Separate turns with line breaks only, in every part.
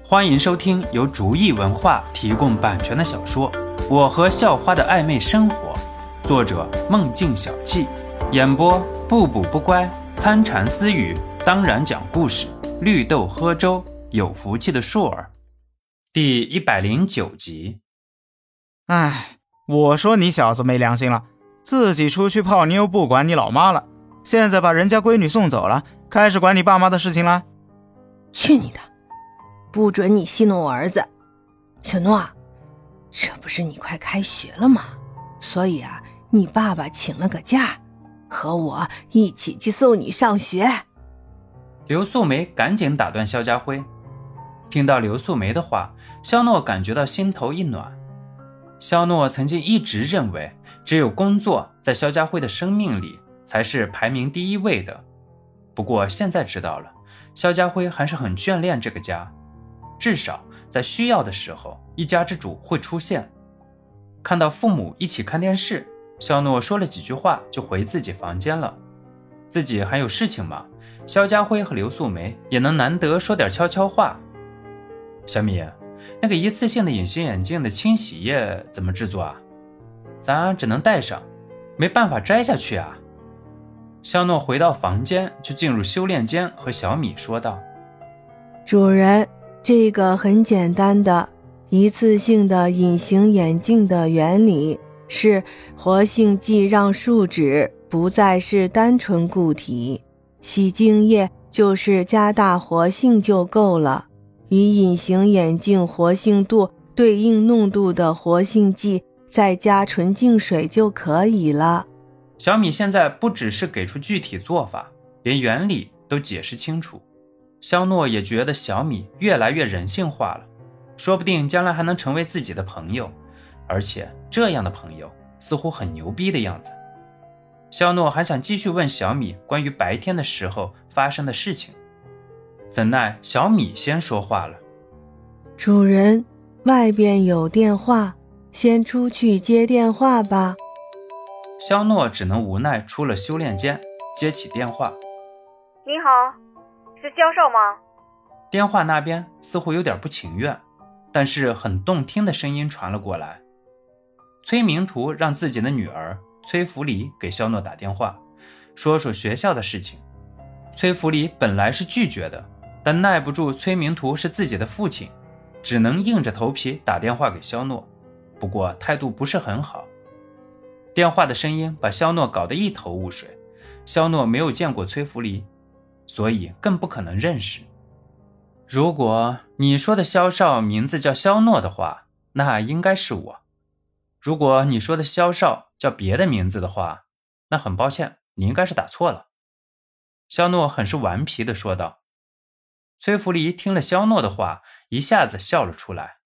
欢迎收听由竹意文化提供版权的小说《我和校花的暧昧生活》，作者梦境小憩，演播不补不乖、参禅私语，当然讲故事，绿豆喝粥，有福气的硕儿。第109集。
哎，我说你小子没良心了，自己出去泡妞不管你老妈了，现在把人家闺女送走了，开始管你爸妈的事情了。
去你的！不准你戏弄我儿子。小诺，这不是你快开学了吗？所以啊，你爸爸请了个假，和我一起去送你上学。
刘素梅赶紧打断肖家辉。听到刘素梅的话，肖诺感觉到心头一暖。肖诺曾经一直认为，只有工作在肖家辉的生命里才是排名第一位的。不过现在知道了，肖家辉还是很眷恋这个家，至少在需要的时候，一家之主会出现。看到父母一起看电视，肖诺说了几句话就回自己房间了。自己还有事情吗？肖家辉和刘素梅也能难得说点悄悄话。小米，那个一次性的隐形眼镜的清洗液怎么制作啊？咱只能戴上，没办法摘下去啊。肖诺回到房间，就进入修炼间，和小米说道：
主人，这个很简单的一次性的隐形眼镜的原理是活性剂让树脂不再是单纯固体，洗净液就是加大活性就够了，以隐形眼镜活性度对应浓度的活性剂再加纯净水就可以了。
小米现在不只是给出具体做法，连原理都解释清楚。肖诺也觉得小米越来越人性化了，说不定将来还能成为自己的朋友，而且这样的朋友似乎很牛逼的样子。肖诺还想继续问小米关于白天的时候发生的事情，怎奈小米先说话了：
主人，外边有电话，先出去接电话吧。
肖诺只能无奈出了修炼间，接起电话。
你好，是销售吗？
电话那边似乎有点不情愿，但是很动听的声音传了过来。崔明图让自己的女儿崔福礼给肖诺打电话，说说学校的事情。崔福礼本来是拒绝的，但耐不住崔明图是自己的父亲，只能硬着头皮打电话给肖诺，不过态度不是很好。电话的声音把肖诺搞得一头雾水，肖诺没有见过崔福礼，所以更不可能认识。如果你说的肖少名字叫肖诺的话，那应该是我。如果你说的肖少叫别的名字的话，那很抱歉，你应该是打错了。肖诺很是顽皮地说道。崔福礼听了肖诺的话，一下子笑了出来。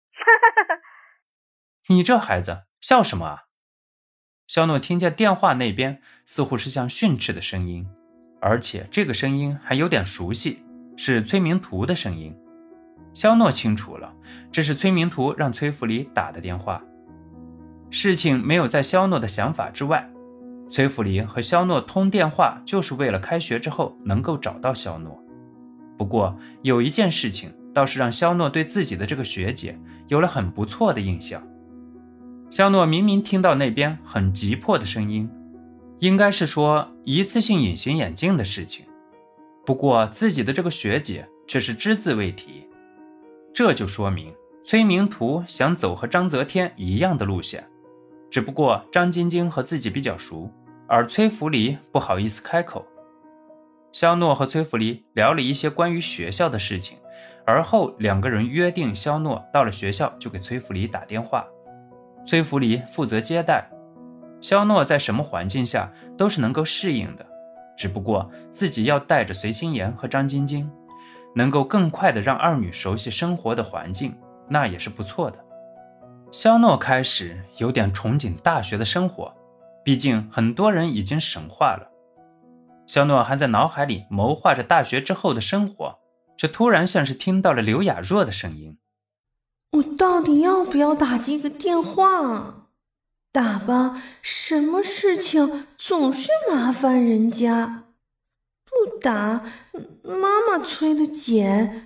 你这孩子笑什么啊？肖诺听见电话那边似乎是像训斥的声音，而且这个声音还有点熟悉，是崔明图的声音。肖诺清楚了，这是崔明图让崔福礼打的电话。事情没有在肖诺的想法之外，崔福礼和肖诺通电话就是为了开学之后能够找到肖诺。不过有一件事情倒是让肖诺对自己的这个学姐有了很不错的印象。肖诺明明听到那边很急迫的声音，应该是说一次性隐形眼镜的事情，不过自己的这个学姐却是只字未提，这就说明崔明图想走和章泽天一样的路线，只不过张晶晶和自己比较熟，而崔福礼不好意思开口。肖诺和崔福礼聊了一些关于学校的事情，而后两个人约定肖诺到了学校就给崔福礼打电话，崔福礼负责接待。肖诺在什么环境下都是能够适应的，只不过自己要带着随心妍和张晶晶，能够更快地让二女熟悉生活的环境，那也是不错的。肖诺开始有点憧憬大学的生活，毕竟很多人已经神化了。肖诺还在脑海里谋划着大学之后的生活，却突然像是听到了刘雅若的声音。
我到底要不要打这个电话？打吧，什么事情总是麻烦人家。不打，妈妈催得紧，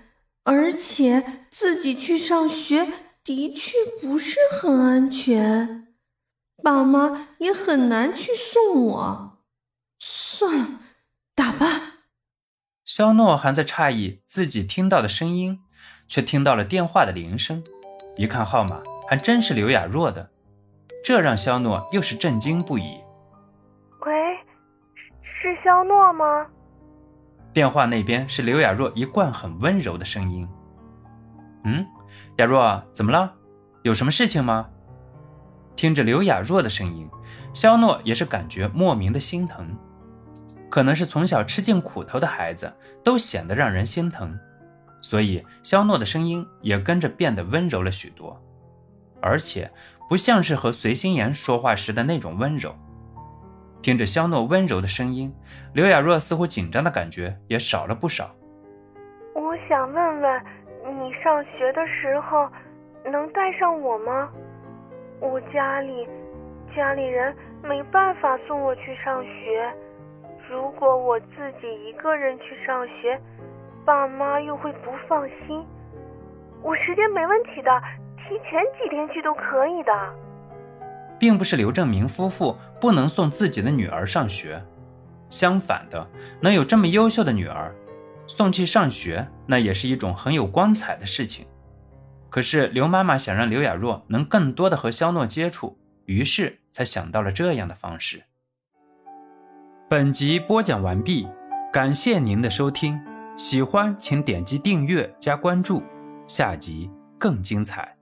而且自己去上学的确不是很安全，爸妈也很难去送我。算了，打吧。
肖诺还在诧异自己听到的声音，却听到了电话的铃声，一看号码还真是刘雅若的，这让肖诺又是震惊不已。
喂，是肖诺吗？
电话那边是刘雅若一贯很温柔的声音。雅若，怎么了？有什么事情吗？听着刘雅若的声音，肖诺也是感觉莫名的心疼。可能是从小吃尽苦头的孩子都显得让人心疼，所以肖诺的声音也跟着变得温柔了许多，而且不像是和随心妍说话时的那种温柔。听着肖诺温柔的声音，刘雅若似乎紧张的感觉也少了不少。
我想问问，你上学的时候能带上我吗？我家里人没办法送我去上学，如果我自己一个人去上学，爸妈又会不放心。我时间没问题的，提前几天去都可以的。
并不是刘正明夫妇不能送自己的女儿上学，相反的，能有这么优秀的女儿，送去上学那也是一种很有光彩的事情。可是刘妈妈想让刘雅若能更多的和肖诺接触，于是才想到了这样的方式。本集播讲完毕，感谢您的收听，喜欢请点击订阅加关注，下集更精彩。